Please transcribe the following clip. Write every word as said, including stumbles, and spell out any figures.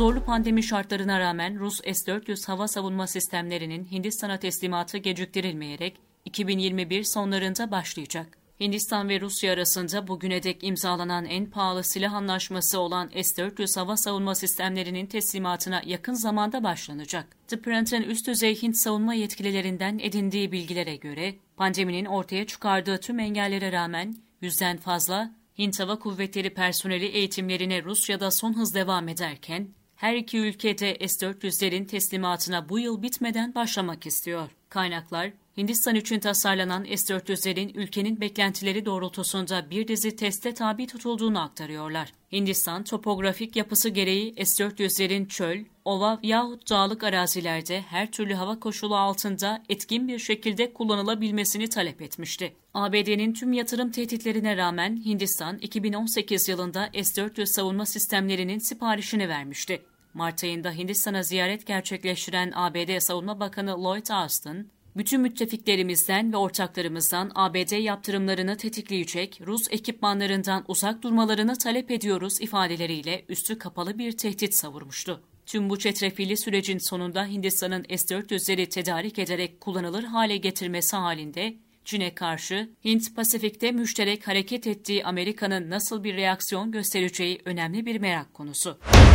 Zorlu pandemi şartlarına rağmen Rus S dört yüz hava savunma sistemlerinin Hindistan'a teslimatı geciktirilmeyerek iki bin yirmi bir sonlarında başlayacak. Hindistan ve Rusya arasında bugüne dek imzalanan en pahalı silah anlaşması olan S dört yüz hava savunma sistemlerinin teslimatına yakın zamanda başlanacak. The Print'in üst düzey Hint savunma yetkililerinden edindiği bilgilere göre, pandeminin ortaya çıkardığı tüm engellere rağmen yüzden fazla Hint Hava Kuvvetleri personeli eğitimlerine Rusya'da son hız devam ederken, her iki ülke de S dört yüzlerin teslimatına bu yıl bitmeden başlamak istiyor. Kaynaklar, Hindistan için tasarlanan S dört yüzlerin ülkenin beklentileri doğrultusunda bir dizi teste tabi tutulduğunu aktarıyorlar. Hindistan, topografik yapısı gereği S dört yüzlerin çöl, ova yahut dağlık arazilerde her türlü hava koşulu altında etkin bir şekilde kullanılabilmesini talep etmişti. A B D'nin tüm yatırım tehditlerine rağmen Hindistan, iki bin on sekiz yılında S dört yüz savunma sistemlerinin siparişini vermişti. Mart ayında Hindistan'a ziyaret gerçekleştiren A B D Savunma Bakanı Lloyd Austin, bütün müttefiklerimizden ve ortaklarımızdan A B D yaptırımlarını tetikleyecek Rus ekipmanlarından uzak durmalarını talep ediyoruz ifadeleriyle üstü kapalı bir tehdit savurmuştu. Tüm bu çetrefilli sürecin sonunda Hindistan'ın S dört yüzleri tedarik ederek kullanılır hale getirmesi halinde Çin'e karşı Hint-Pasifik'te müşterek hareket ettiği Amerika'nın nasıl bir reaksiyon göstereceği önemli bir merak konusu.